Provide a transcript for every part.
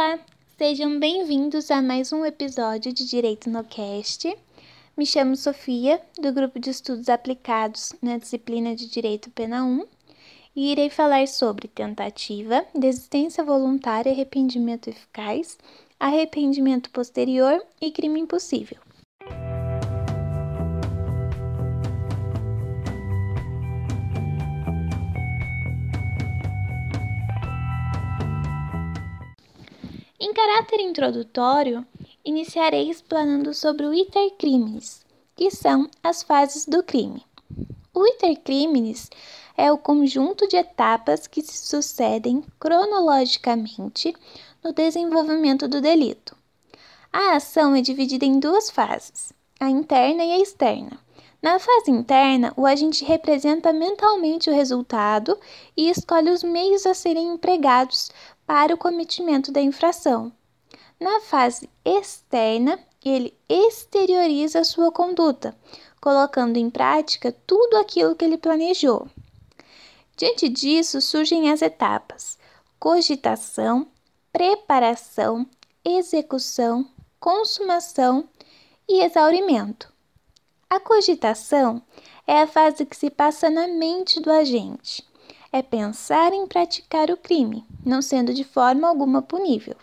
Olá, sejam bem-vindos a mais um episódio de Direito no Cast. Me chamo Sofia, do Grupo de Estudos Aplicados na disciplina de Direito Pena 1, e irei falar sobre tentativa, desistência voluntária, arrependimento eficaz, arrependimento posterior e crime impossível. Em caráter introdutório, iniciarei explanando sobre o iter criminis, que são as fases do crime. O iter criminis é o conjunto de etapas que se sucedem cronologicamente no desenvolvimento do delito. A ação é dividida em duas fases, a interna e a externa. Na fase interna, o agente representa mentalmente o resultado e escolhe os meios a serem empregados para o cometimento da infração. Na fase externa, ele exterioriza a sua conduta, colocando em prática tudo aquilo que ele planejou. Diante disso, surgem as etapas: cogitação, preparação, execução, consumação e exaurimento. A cogitação é a fase que se passa na mente do agente. É pensar em praticar o crime, não sendo de forma alguma punível.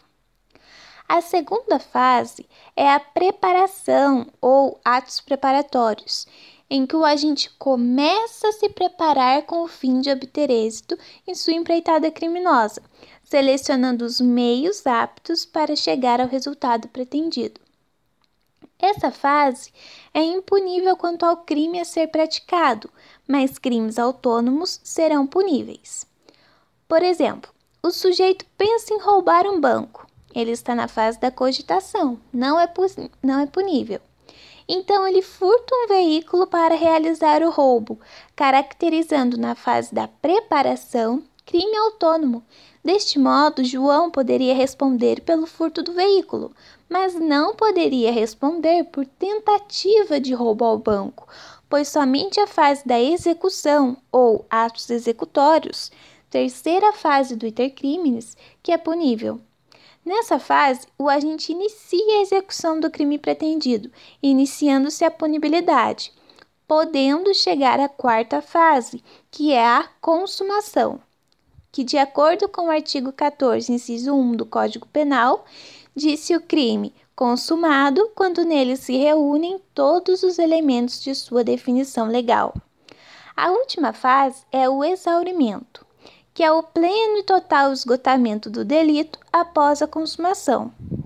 A segunda fase é a preparação ou atos preparatórios, em que o agente começa a se preparar com o fim de obter êxito em sua empreitada criminosa, selecionando os meios aptos para chegar ao resultado pretendido. Essa fase é impunível quanto ao crime a ser praticado, mas crimes autônomos serão puníveis. Por exemplo, o sujeito pensa em roubar um banco. Ele está na fase da cogitação, não é punível. Então, ele furta um veículo para realizar o roubo, caracterizando na fase da preparação crime autônomo. Deste modo, João poderia responder pelo furto do veículo, mas não poderia responder por tentativa de roubo ao banco, pois somente a fase da execução ou atos executórios, terceira fase do iter criminis, que é punível. Nessa fase, o agente inicia a execução do crime pretendido, iniciando-se a punibilidade, podendo chegar à quarta fase, que é a consumação, que, de acordo com o artigo 14, inciso 1 do Código Penal, diz-se o crime consumado quando nele se reúnem todos os elementos de sua definição legal. A última fase é o exaurimento, que é o pleno e total esgotamento do delito após a consumação.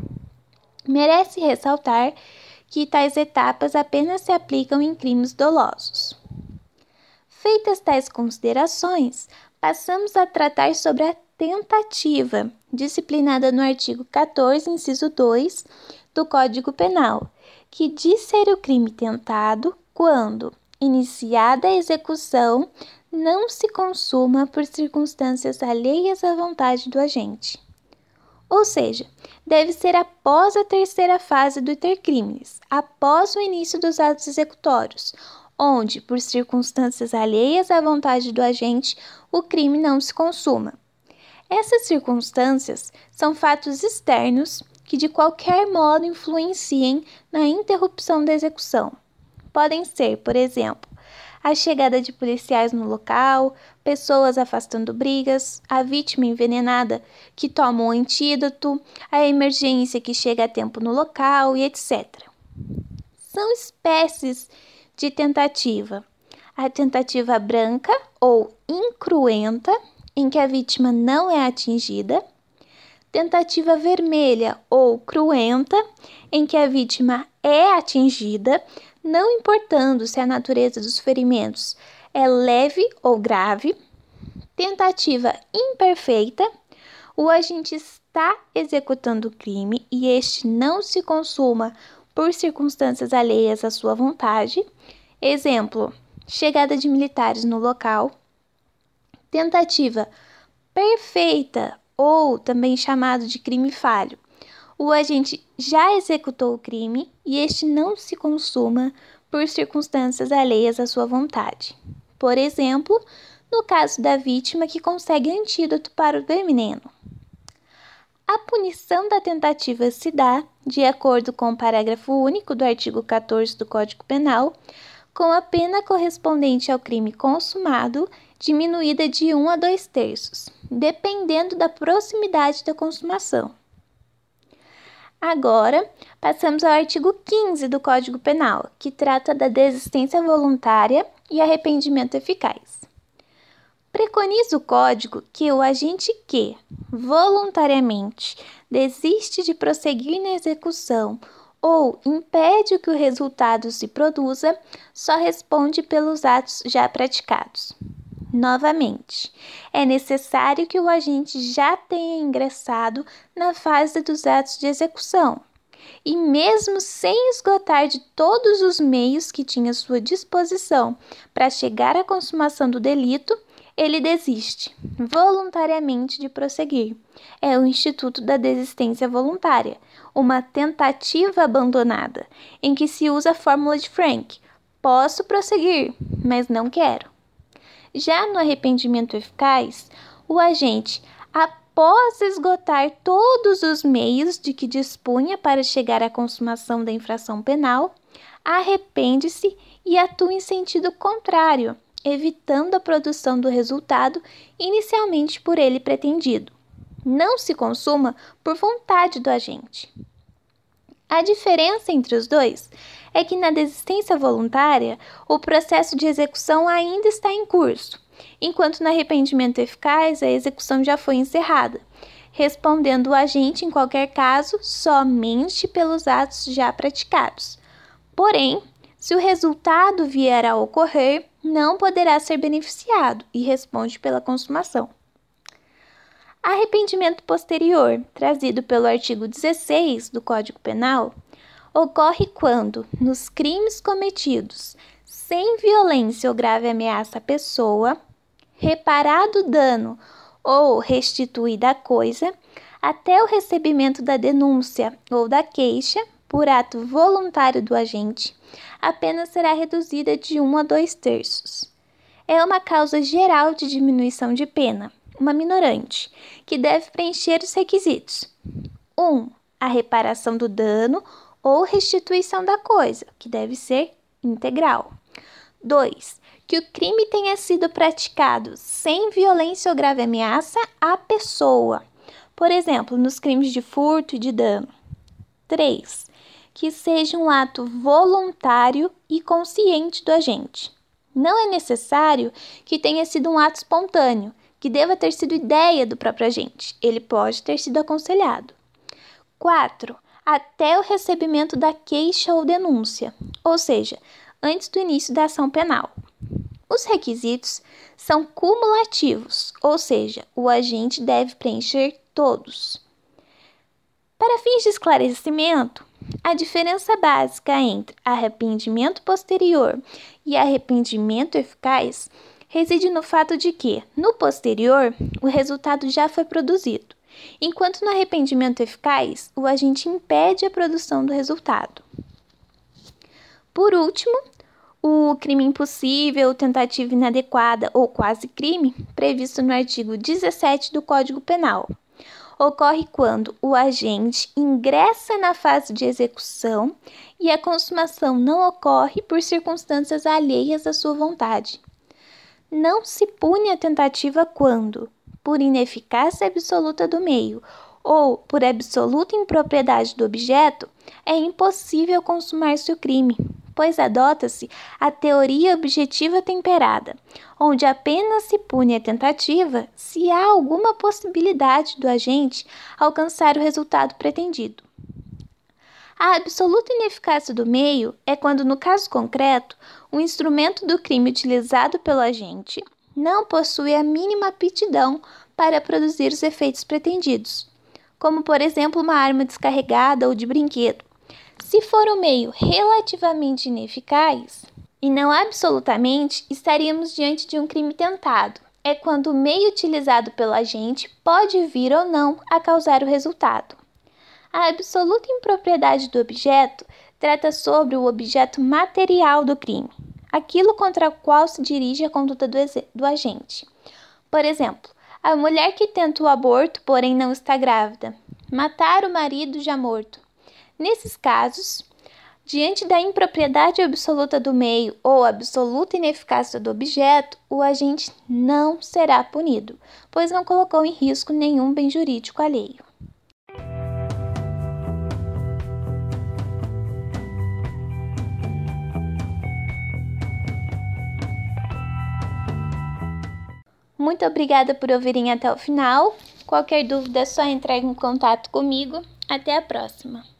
Merece ressaltar que tais etapas apenas se aplicam em crimes dolosos. Feitas tais considerações, passamos a tratar sobre a tentativa, disciplinada no artigo 14, inciso 2 do Código Penal, que diz ser o crime tentado quando, iniciada a execução, não se consuma por circunstâncias alheias à vontade do agente. Ou seja, deve ser após a terceira fase do iter criminis, após o início dos atos executórios, onde, por circunstâncias alheias à vontade do agente, o crime não se consuma. Essas circunstâncias são fatos externos que de qualquer modo influenciem na interrupção da execução. Podem ser, por exemplo, a chegada de policiais no local, pessoas afastando brigas, a vítima envenenada que toma um antídoto, a emergência que chega a tempo no local e etc. São espécies de tentativa: a tentativa branca ou incruenta, em que a vítima não é atingida; tentativa vermelha ou cruenta, em que a vítima é atingida, não importando se a natureza dos ferimentos é leve ou grave; tentativa imperfeita, o agente está executando o crime e este não se consuma por circunstâncias alheias à sua vontade. Exemplo: chegada de militares no local. Tentativa perfeita, ou também chamado de crime falho, o agente já executou o crime e este não se consuma por circunstâncias alheias à sua vontade. Por exemplo, no caso da vítima que consegue antídoto para o veneno. A punição da tentativa se dá, de acordo com o parágrafo único do artigo 14 do Código Penal, com a pena correspondente ao crime consumado, diminuída de 1 a 2/3, dependendo da proximidade da consumação. Agora, passamos ao artigo 15 do Código Penal, que trata da desistência voluntária e arrependimento eficaz. Preconiza o Código que o agente que, voluntariamente, desiste de prosseguir na execução ou impede que o resultado se produza, só responde pelos atos já praticados. Novamente, é necessário que o agente já tenha ingressado na fase dos atos de execução, e mesmo sem esgotar de todos os meios que tinha à sua disposição para chegar à consumação do delito, ele desiste voluntariamente de prosseguir. É o Instituto da Desistência Voluntária, uma tentativa abandonada, em que se usa a fórmula de Frank: posso prosseguir, mas não quero. Já no arrependimento eficaz, o agente, após esgotar todos os meios de que dispunha para chegar à consumação da infração penal, arrepende-se e atua em sentido contrário, evitando a produção do resultado inicialmente por ele pretendido. Não se consuma por vontade do agente. A diferença entre os dois é que na desistência voluntária, o processo de execução ainda está em curso, enquanto no arrependimento eficaz, a execução já foi encerrada, respondendo o agente, em qualquer caso, somente pelos atos já praticados. Porém, se o resultado vier a ocorrer, não poderá ser beneficiado e responde pela consumação. Arrependimento posterior, trazido pelo artigo 16 do Código Penal, ocorre quando, nos crimes cometidos sem violência ou grave ameaça à pessoa, reparado o dano ou restituída a coisa, até o recebimento da denúncia ou da queixa, por ato voluntário do agente, a pena será reduzida de 1 a 2/3. É uma causa geral de diminuição de pena, uma minorante, que deve preencher os requisitos. 1. A reparação do dano ou restituição da coisa, que deve ser integral. 2. Que o crime tenha sido praticado sem violência ou grave ameaça à pessoa, por exemplo, nos crimes de furto e de dano. 3. Que seja um ato voluntário e consciente do agente. Não é necessário que tenha sido um ato espontâneo, que deva ter sido ideia do próprio agente. Ele pode ter sido aconselhado. 4. Até o recebimento da queixa ou denúncia, ou seja, antes do início da ação penal. Os requisitos são cumulativos, ou seja, o agente deve preencher todos. Para fins de esclarecimento, a diferença básica entre arrependimento posterior e arrependimento eficaz reside no fato de que, no posterior, o resultado já foi produzido, enquanto no arrependimento eficaz, o agente impede a produção do resultado. Por último, o crime impossível, tentativa inadequada ou quase crime, previsto no artigo 17 do Código Penal, ocorre quando o agente ingressa na fase de execução e a consumação não ocorre por circunstâncias alheias à sua vontade. Não se pune a tentativa quando, por ineficácia absoluta do meio ou por absoluta impropriedade do objeto, é impossível consumar-se o crime, pois adota-se a teoria objetiva temperada, onde apenas se pune a tentativa se há alguma possibilidade do agente alcançar o resultado pretendido. A absoluta ineficácia do meio é quando, no caso concreto, o instrumento do crime utilizado pelo agente não possui a mínima aptidão para produzir os efeitos pretendidos, como, por exemplo, uma arma descarregada ou de brinquedo. Se for um meio relativamente ineficaz, e não absolutamente, estaríamos diante de um crime tentado. É quando o meio utilizado pelo agente pode vir ou não a causar o resultado. A absoluta impropriedade do objeto trata sobre o objeto material do crime, aquilo contra o qual se dirige a conduta do agente. Por exemplo, a mulher que tenta o aborto, porém não está grávida, matar o marido já morto. Nesses casos, diante da impropriedade absoluta do meio ou absoluta ineficácia do objeto, o agente não será punido, pois não colocou em risco nenhum bem jurídico alheio. Muito obrigada por ouvirem até o final. Qualquer dúvida é só entrar em contato comigo. Até a próxima!